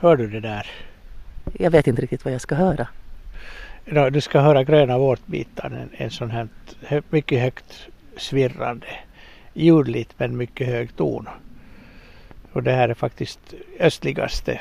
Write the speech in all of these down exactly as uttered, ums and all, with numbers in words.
Hör du det där? Jag vet inte riktigt vad jag ska höra. Ja, du ska höra gröna vårtbitar, en, en sån här mycket högt svirrande, ljudligt men mycket hög ton. Och det här är faktiskt östligaste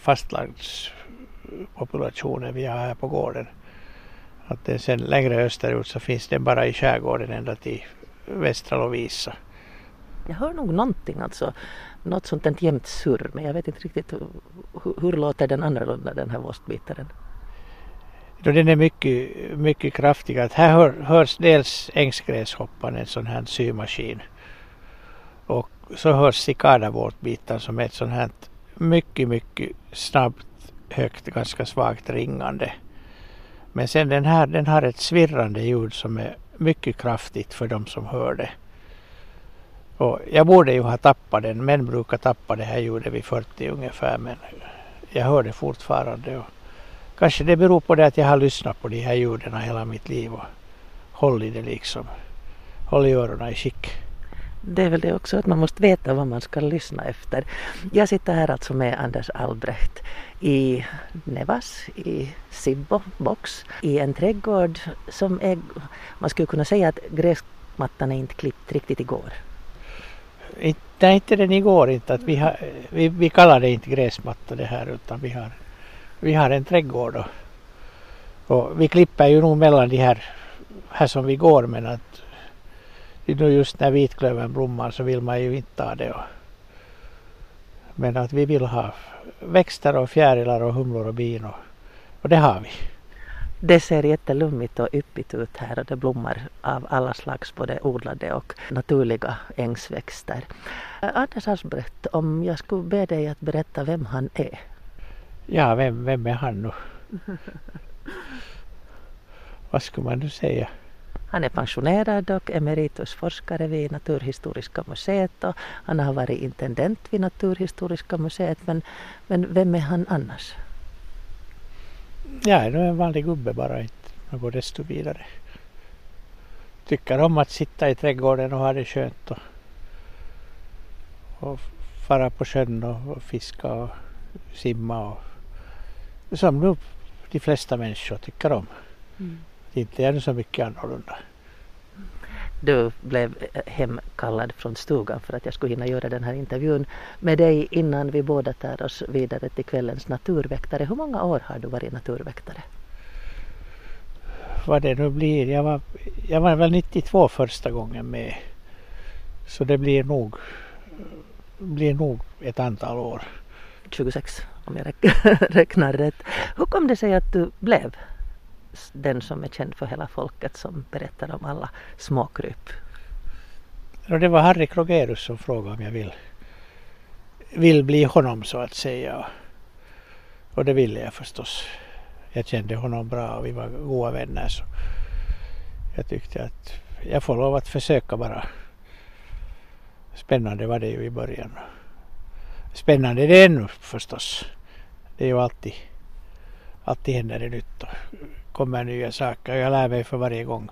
fastlandspopulationen vi har här på gården. Att det sen längre österut så finns det bara i skärgården ända till västra Lovisa. Jag hör nog någonting, alltså något sånt ett jämnt surr, men jag vet inte riktigt hur, hur låter den annorlunda, den här vårtbitaren. Den är mycket, mycket kraftig. Att här hör, hörs dels ängsgräshoppan, en sån här symaskin. Och så hörs cikadavårtbitan som är ett sånt här mycket, mycket snabbt, högt, ganska svagt ringande. Men sen den här, den har ett svirrande ljud som är mycket kraftigt för de som hör det. Och jag borde ju ha tappat den, män brukar tappa det här ljudet vid fyrtio ungefär, men jag hör det fortfarande. Och kanske det beror på det att jag har lyssnat på de här ljuden hela mitt liv och hållit det liksom, hållit öronen i skick. Det är väl det också att man måste veta vad man ska lyssna efter. Jag sitter här alltså med Anders Albrecht i Nevas, i Sibbo box, i en trädgård som är, man skulle kunna säga att gräsmattan är inte klippt riktigt igår. Nej, inte den igår inte. Att vi, har, vi, vi kallar det inte gräsmatta det här, utan vi har, vi har en trädgård. Och, och vi klipper ju nog mellan de här, här som vi går, men att just när vitklövern blommar så vill man ju inte ha det. Och, men att vi vill ha växter och fjärilar och humlor och bin och, och det har vi. Det ser jättelummigt och yppigt ut här och det blommar av alla slags både odlade och naturliga ängsväxter. Anders Albrecht, om jag skulle be dig att berätta vem han är. Ja, vem, vem är han nu? Vad skulle man nu säga? Han är pensionerad och emeritusforskare vid Naturhistoriska museet och han har varit intendent vid Naturhistoriska museet. Men, men vem är han annars? Ja, nu är en vanlig gubbe bara, inte något desto vidare. Tycker om att sitta i trädgården och ha det skönt och, och fara på sjön och, och fiska och simma och som nu de flesta människor tycker om. Mm. Inte är det så mycket annorlunda. Du blev hemkallad från stugan för att jag skulle hinna göra den här intervjun med dig innan vi båda tar oss vidare till kvällens naturväktare. Hur många år har du varit naturväktare? Vad det nu blir, jag var, jag var väl nittiotvå första gången med. Så det blir nog, blir nog ett antal år. tjugosex om jag räknar rätt. Hur kom det sig att du blev den som är känd för hela folket som berättar om alla småkryp? Och det var Harry Krogerus som frågade om jag vill, vill bli honom så att säga. Och det ville jag förstås. Jag kände honom bra och vi var goda vänner, så jag tyckte att jag får lov att försöka bara. Spännande var det ju i början. Spännande det är ännu förstås. Det är ju alltid, alltid händer det nytt och kommer nya saker och jag lär mig för varje gång.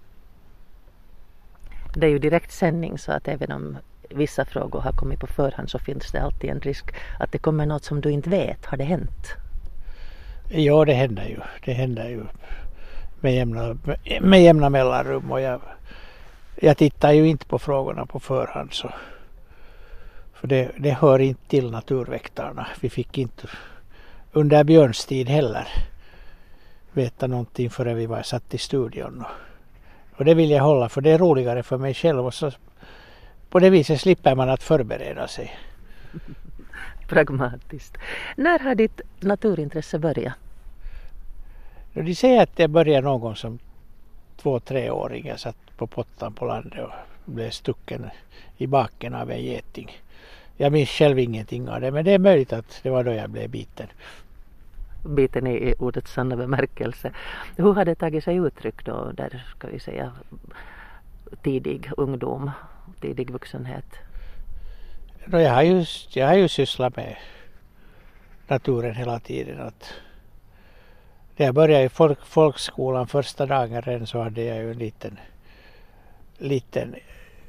Det är ju direkt sändning, så att även om vissa frågor har kommit på förhand så finns det alltid en risk att det kommer något som du inte vet. Har det hänt? Ja, det händer ju. Det händer ju med jämna, med jämna mellanrum och jag, jag tittar ju inte på frågorna på förhand, så för det, det hör inte till naturväktarna. Vi fick inte under Björns tid heller veta någonting förrän vi var satt i studion. Och det vill jag hålla, för det är roligare för mig själv och så på det viset slipper man att förbereda sig. Pragmatiskt. När har ditt naturintresse börjat? De säger att jag började någon gång som två-treåring. Jag satt på pottan på landet och blev stucken i baken av en geting. Jag minns själv ingenting av det, men det är möjligt att det var då jag blev biten. Biten i ordets sanna bemärkelse. Hur har det tagit sig uttryck då, där ska vi säga tidig ungdom, tidig vuxenhet? No, jag, har just, jag har ju sysslat med naturen hela tiden. Att när jag började i folk, folkskolan första dagen redan så hade jag ju en liten, liten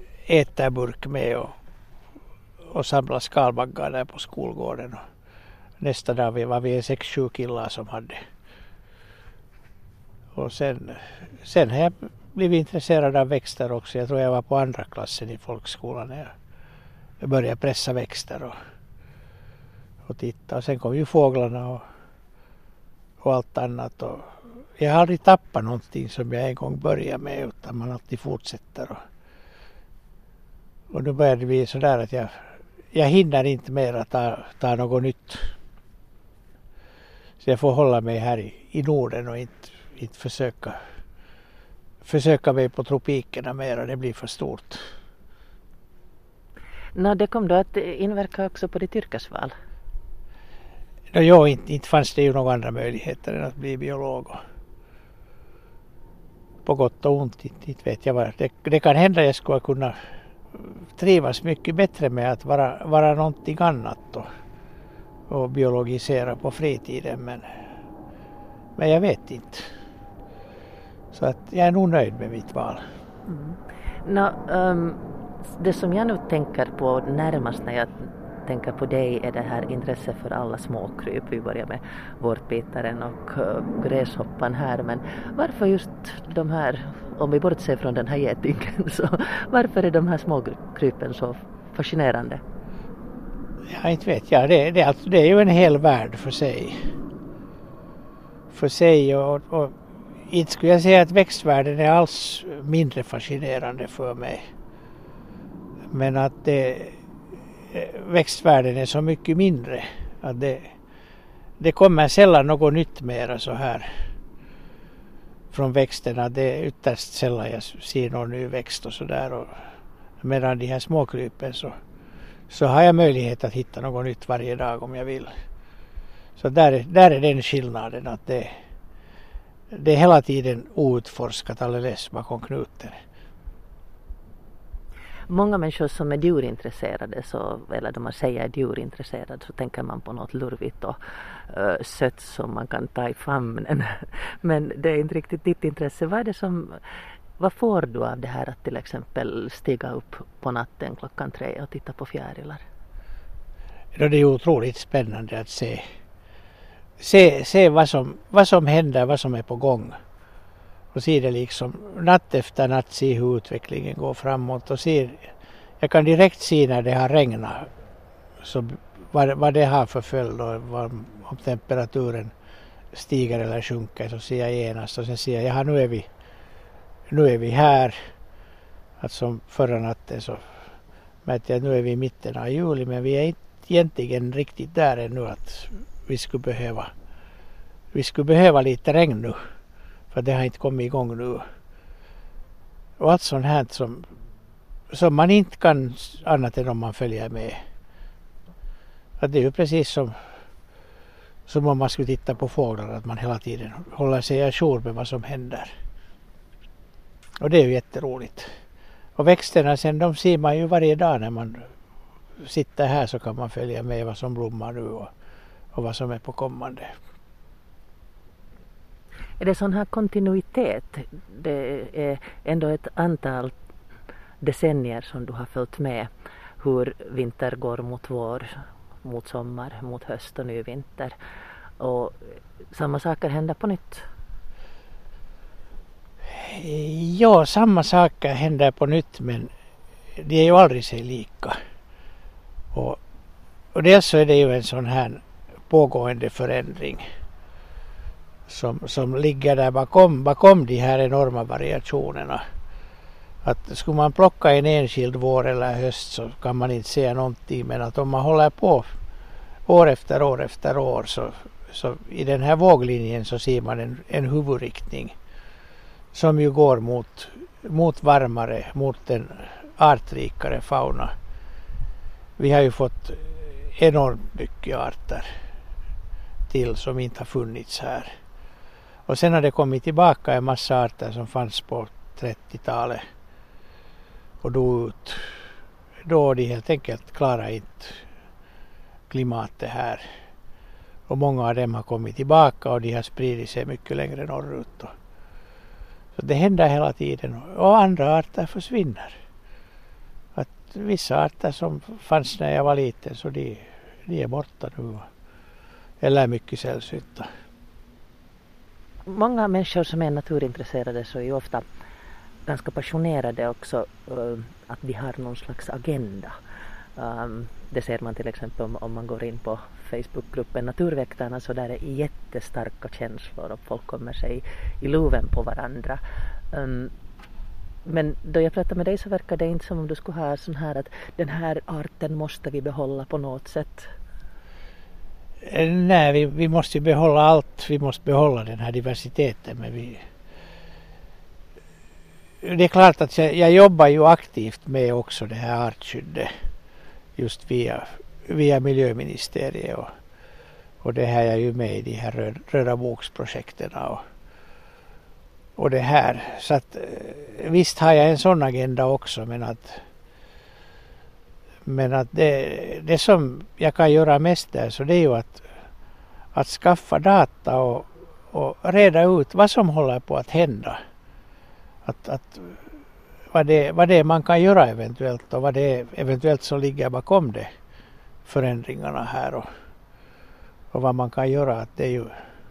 ätarburk med och, och samla skalbaggar där på skolgården. Nästa dag var vi sex sju killar som hade. Och sen, sen har jag blivit intresserad av växter också. Jag tror jag var på andra klassen i folkskolan när jag började pressa växter och, och titta. Och sen kom ju fåglarna och, och allt annat. Och jag har aldrig tappat någonting som jag en gång började med, utan man alltid fortsätter. Och, och nu börjar det bli sådär att jag, jag hinner inte mer att ta, ta något nytt. Så jag får hålla mig här i, i Norden och inte, inte försöka, försöka mig på tropikerna mer, och det blir för stort. Nå, det kom då att inverka också på ditt yrkesval? No, jo, inte, inte fanns det ju några andra möjligheter än att bli biolog. På gott och ont, inte, inte vet jag vad. Det, det kan hända att jag skulle kunna trivas mycket bättre med att vara, vara någonting annat och, och biologisera på fritiden, men, men jag vet inte. Så att jag är nog nöjd med mitt val. Mm. Nå, um, det som jag nu tänker på närmast när jag tänker på dig är det här intresse för alla småkryp. Vi börjar med vårtbitaren och uh, gräshoppan här, men varför just de här, om vi bortser från den här getingen, så varför är de här småkrypen så fascinerande? Ja, inte vet jag. Det, det, alltså, det är ju en hel värld för sig. För sig och, och inte skulle jag säga att växtvärlden är alls mindre fascinerande för mig. Men att det, växtvärlden är så mycket mindre att det, det kommer sällan något nytt mera så här från växterna. Det är ytterst sällan jag ser någon ny växt och sådär. Medan de här småkrypen så, så har jag möjlighet att hitta något nytt varje dag om jag vill. Så där, där är den skillnaden, att det, det är hela tiden outforskat alldeles bakom knuten. Många människor som är djurintresserade, så, eller när man säger djurintresserad, så tänker man på något lurvigt och uh, sött som man kan ta i famnen. Men det är inte riktigt ditt intresse. Vad är det som, vad får du av det här att till exempel stiga upp på natten klockan tre och titta på fjärilar? Det är ju otroligt spännande att se, se, se vad, som, vad som händer, vad som är på gång. Och ser det liksom natt efter natt, se hur utvecklingen går framåt. Och ser, jag kan direkt se när det har regnat så vad, vad det har för följd och vad, om temperaturen stiger eller sjunker, så ser jag genast. Och sen ser jag, jaha, nu är vi, nu är vi här. Alltså förra natten så märkte jag att nu är vi i mitten av juli, men vi är inte egentligen riktigt där ännu att vi skulle behöva, vi skulle behöva lite regn nu. För det har inte kommit igång nu. Och allt sånt här som, som man inte kan annat än om man följer med. Att det är ju precis som, som om man skulle titta på fåglar, att man hela tiden håller sig ajour med vad som händer. Och det är ju jätteroligt. Och växterna sen, de ser man ju varje dag när man sitter här, så kan man följa med vad som blommar nu och, och vad som är på kommande. Är det sån här kontinuitet? Det är ändå ett antal decennier som du har följt med hur vinter går mot vår, mot sommar, mot höst och nu vinter. Och samma saker händer på nytt? Ja, samma saker händer på nytt, men det är ju aldrig sig lika. Och, och dels så är det ju en sån här pågående förändring som, som ligger där bakom, bakom de här enorma variationerna. Att skulle man plocka en enskild vår eller höst så kan man inte säga någonting, men att om man håller på år efter år efter år så, så i den här våglinjen så ser man en, en huvudriktning som ju går mot, mot varmare, mot en artrikare fauna. Vi har ju fått enormt mycket arter till som inte har funnits här. Och sen har det kommit tillbaka en massa arter som fanns på trettiotalet och dog ut. Då de helt enkelt klarar inte klimatet här. Och många av dem har kommit tillbaka och de har spridit sig mycket längre norrut. Så det händer hela tiden och andra arter försvinner. Att vissa arter som fanns när jag var liten, så de, de är borta nu. eller mycket sällsynta. Många människor som är naturintresserade så är ju ofta ganska passionerade också uh, att de har någon slags agenda. Um, det ser man till exempel om, om man går in på Facebookgruppen Naturväktarna, så där är jättestarka känslor och folk kommer sig i luven på varandra. Um, men då jag pratar med dig så verkar det inte som om du skulle ha sån här att den här arten måste vi behålla på något sätt. Nej, vi, vi måste behålla allt. Vi måste behålla den här diversiteten. Men vi... Det är klart att jag, jag jobbar ju aktivt med också det här artskyddet. Just via, via miljöministeriet. Och, och det här är jag ju med i de här röd, röda boksprojekten. Och, och det här. Så att visst har jag en sån agenda också. Men att, men att det, det som jag kan göra mest där, så det är ju att, att skaffa data och, och reda ut vad som håller på att hända. Att, att, vad, det, vad det är man kan göra eventuellt och vad det är eventuellt som ligger bakom det, förändringarna här och, och vad man kan göra. Att det är ju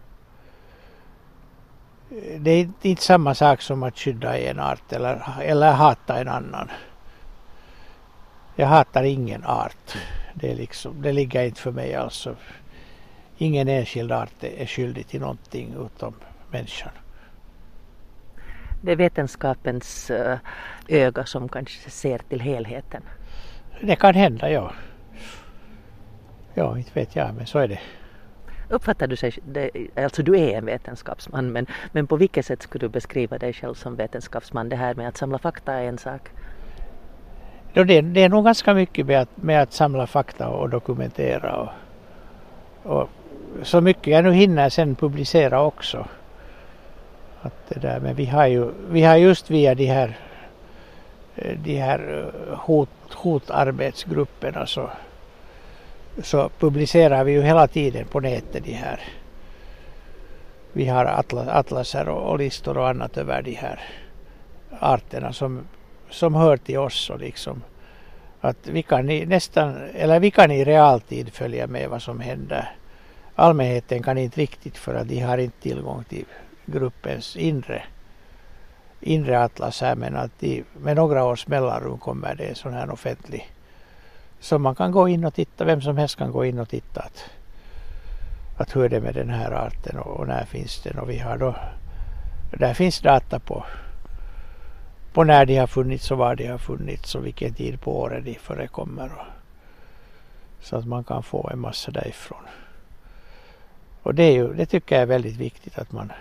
det är inte samma sak som att skydda en art eller, eller hata en annan. Jag hatar ingen art. Det, är liksom, det ligger inte för mig alltså. Ingen enskild art är skyldig till någonting utom människan. Det är vetenskapens öga som kanske ser till helheten. Det kan hända, ja. Ja, inte vet jag, men så är det. Uppfattar du sig, alltså du är en vetenskapsman, men, men på vilket sätt skulle du beskriva dig själv som vetenskapsman? Det här med att samla fakta är en sak. Ja, det, det är nog ganska mycket med att, med att samla fakta och dokumentera. Och, och så mycket jag nu hinner sen publicera också. Att det där, men vi har ju vi har just via de här de här hot, hotarbetsgrupperna så, så publicerar vi ju hela tiden på nätet de här. Vi har atlas, atlaser och, och listor och annat över de här arterna som, som hör till oss och liksom att vi kan i nästan eller vi kan i realtid följa med vad som händer. Allmänheten kan inte riktigt för att de har inte tillgång till gruppens inre inre atlas här, men att de, med några års mellanrum kommer det en sån här offentlig så man kan gå in och titta, vem som helst kan gå in och titta att, att hur är det med den här arten och, och när finns den, och vi har då där finns data på på när de har funnits och var de har funnits och vilken tid på året de förekommer och, så att man kan få en massa därifrån. Och det, är ju, det tycker jag är väldigt viktigt att man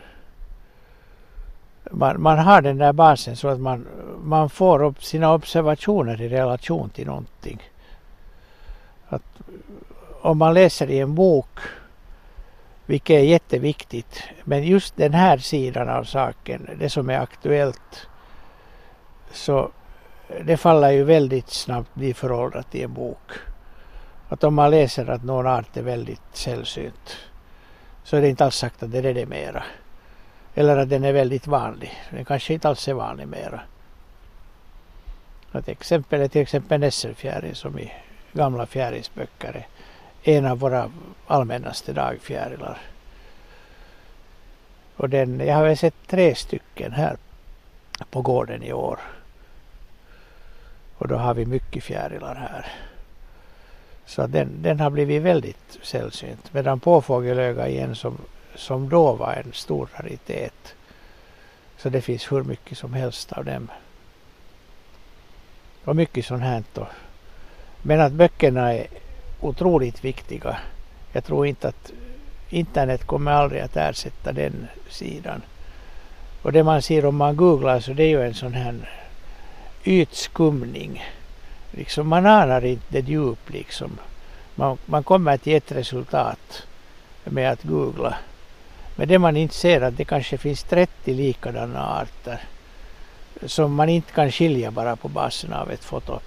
Man, man har den där basen så att man, man får upp sina observationer i relation till någonting. Att om man läser i en bok, vilket är jätteviktigt, men just den här sidan av saken, det som är aktuellt, så det faller ju väldigt snabbt bli föråldrat i en bok. Att om man läser att någon art är väldigt sällsynt, så är det inte alls sagt att det är det mera. Eller att den är väldigt vanlig. Den kanske inte alls är vanlig mera. Ett exempel är till exempel nässelfjäril som i gamla fjärilsböcker är en av våra allmännaste dagfjärilar. Och den, jag har väl sett tre stycken här på gården i år. Och då har vi mycket fjärilar här. Så den, den har blivit väldigt sällsynt. Medan påfågelöga igen som som då var en stor raritet. Så det finns hur mycket som helst av dem. Och mycket sånt här. Då. Men att böckerna är otroligt viktiga. Jag tror inte att internet kommer aldrig att ersätta den sidan. Och det man ser om man googlar så det är ju en sån här ytskumning. Liksom man anar inte det djup liksom. Man, man kommer till ett resultat med att googla. Men det man inte ser att det kanske finns trettio likadana arter som man inte kan skilja bara på basen av ett foto.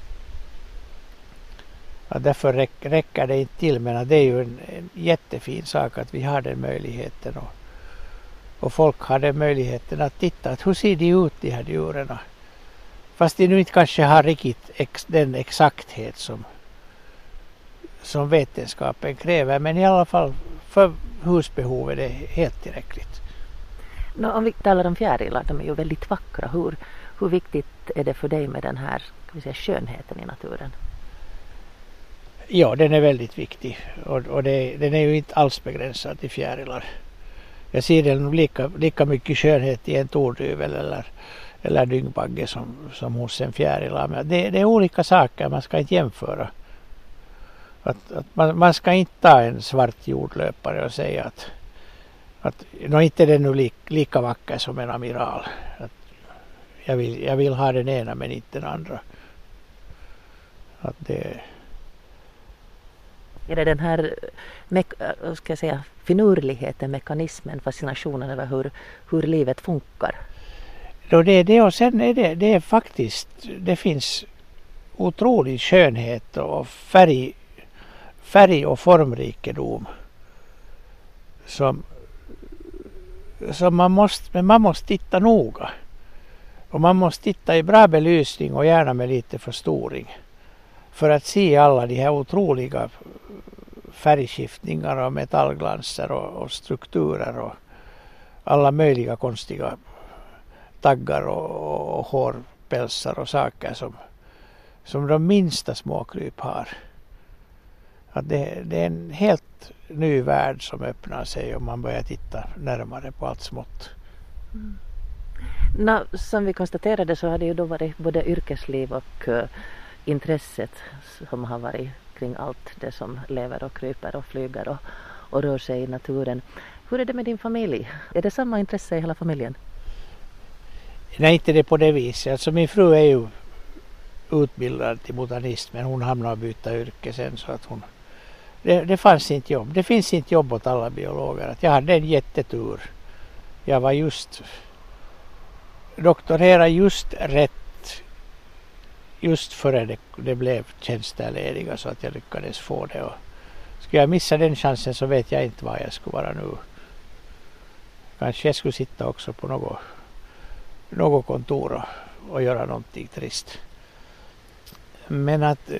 Ja, därför räck, räcker det inte till, men det är ju en, en jättefin sak att vi har den möjligheten och, och folk har den möjligheten att titta att hur ser de ut de här djuren. Fast de nu inte kanske har riktigt ex, den exakthet som, som vetenskapen kräver, men i alla fall för husbehovet är det helt tillräckligt. No, om vi talar om fjärilar, de är ju väldigt vackra. Hur, hur viktigt är det för dig med den här, ska vi säga, skönheten i naturen? Ja, den är väldigt viktig och, och det, den är ju inte alls begränsad till fjärilar. Jag ser den lika, lika mycket skönhet i en tordyvel eller, eller dyngbagge som, som hos en fjärilar. Men det, det är olika saker, man ska inte jämföra. Att, att man, man ska inte ta en svart jordlöpare och säga att, att no, inte är den nu li, lika vacker som en amiral. Att jag, vill, jag vill ha den ena men inte den andra. Att det Är det den här me- ska jag säga, finurligheten, mekanismen, fascinationen över hur, hur livet funkar? Då det är det, och sen är det, det är faktiskt, det finns otrolig skönhet och färg, färg och formrikedom som, som man måste, men man måste titta noga. Och man måste titta i bra belysning och gärna med lite förstoring. För att se alla de här otroliga färgskiftningar och metallglanser och, och strukturer och alla möjliga konstiga taggar och, och hårpälsar och saker som, som de minsta småkryp har. Att det, det är en helt ny värld som öppnar sig om man börjar titta närmare på allt smått. Mm. No, som vi konstaterade så har det ju då varit både yrkesliv och uh, intresset som har varit kring allt det som lever och kryper och flyger och, och rör sig i naturen. Hur är det med din familj? Är det samma intresse i hela familjen? Nej, inte det på det viset. Alltså min fru är ju utbildad till botanist men hon hamnade att byta yrke sen så att hon det, det fanns inte jobb. Det finns inte jobb åt alla biologer. Att jag hade en jättetur. Jag var just doktorerad just rätt just före det, det blev tjänster lediga så att jag lyckades få det. Och skulle jag missa den chansen så vet jag inte vad jag skulle vara nu. Kanske jag skulle sitta också på något, något kontor och, och göra någonting trist. Men att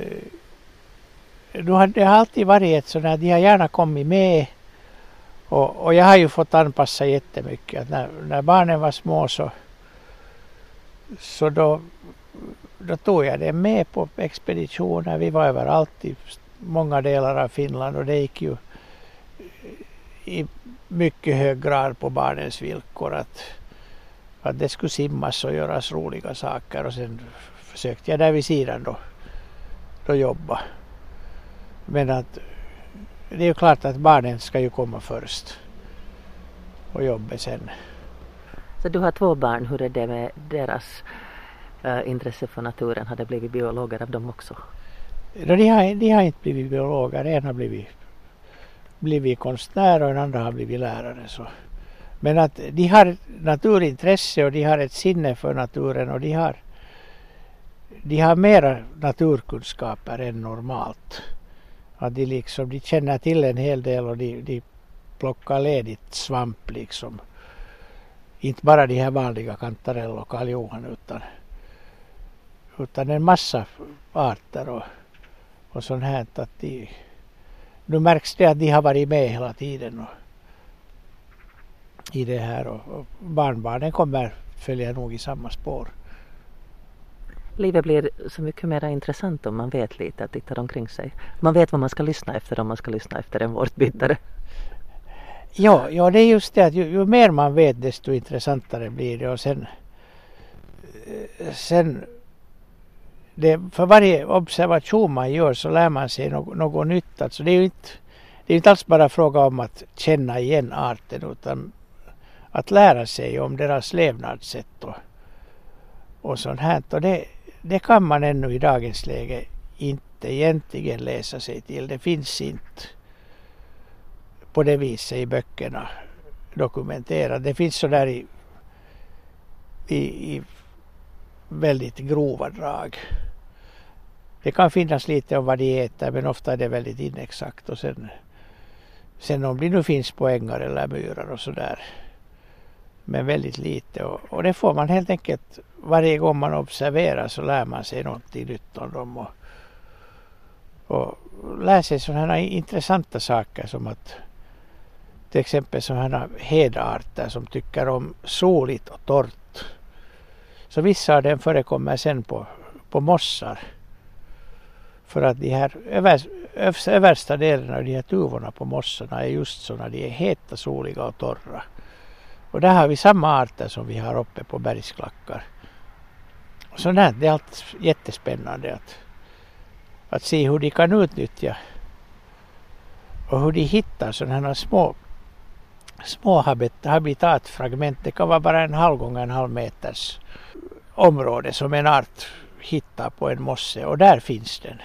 då har det alltid varit ett sådant att de har gärna kommit med och, och jag har ju fått anpassa jättemycket. Att när, när barnen var små så, så då Då tog jag det med på expeditioner. Vi var överallt i många delar av Finland och det gick ju i mycket hög grad på barnens villkor att, att det skulle simmas och göras roliga saker och sen försökte jag där vid sidan då, då jobba. Men att det är ju klart att barnen ska ju komma först och jobba sen. Så du har två barn, hur är det med deras Uh, intresse för naturen? Har det blivit biologer av dem också? No, de, har, de har inte blivit biologer. En har blivit, blivit konstnär och en andra har blivit lärare. Så. Men att de har naturintresse och de har ett sinne för naturen och de har, de har mera naturkunskaper än normalt. Att de, liksom, de känner till en hel del och de, de plockar ledigt svamp liksom. Inte bara de här vanliga kantarell och karljohan utan utan en massa arter och, och sånt här. Att de, nu märks det att de har varit med hela tiden och, i det här och, och barnbarnen kommer följa nog i samma spår. Livet blir så mycket mer intressant om man vet lite att titta omkring sig. Man vet vad man ska lyssna efter om man ska lyssna efter en vårtbytare. Ja, ja, det är just det att ju, ju mer man vet desto intressantare blir det och sen sen det, för varje observation man gör så lär man sig något, något nytt. Alltså det är ju inte, det är inte alls bara fråga om att känna igen arten utan att lära sig om deras levnadssätt och, och sånt här. Och det, det kan man ännu i dagens läge inte egentligen läsa sig till. Det finns inte på det viset i böckerna dokumenterat. Det finns så där i, i, i väldigt grova drag. Det kan finnas lite om vad de äter men ofta är det väldigt inexakt och sen, sen om det nu finns på ängar eller myrar och sådär. Men väldigt lite och, och det får man helt enkelt varje gång man observerar så lär man sig någonting nytt om dem och, och lär sig sådana intressanta saker som att till exempel sådana hedarter som tycker om soligt och torrt. Så vissa av dem förekommer sen på, på mossar. För att de här över, översta delen av de här tuvorna på mossarna är just sådana, de är heta, soliga och torra. Och där har vi samma arter som vi har uppe på bergsklackar. Så där, det är alltid jättespännande att, att se hur de kan utnyttja och hur de hittar sådana här små, små habitatfragment. Det kan vara bara en halv gånger en halv meters område som en art hittar på en mosse, och där finns den.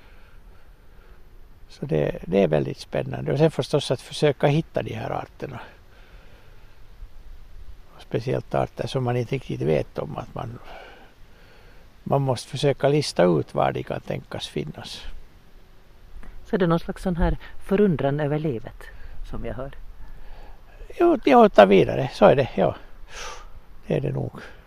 Så det, det är väldigt spännande. Och sen förstås att försöka hitta de här arterna. Speciellt arter som man inte riktigt vet om, att man, man måste försöka lista ut var de kan tänkas finnas. Så är det någon slags sån här förundran över livet som jag hör? Jo, jag tar vidare, så är det, ja. Det är det nog.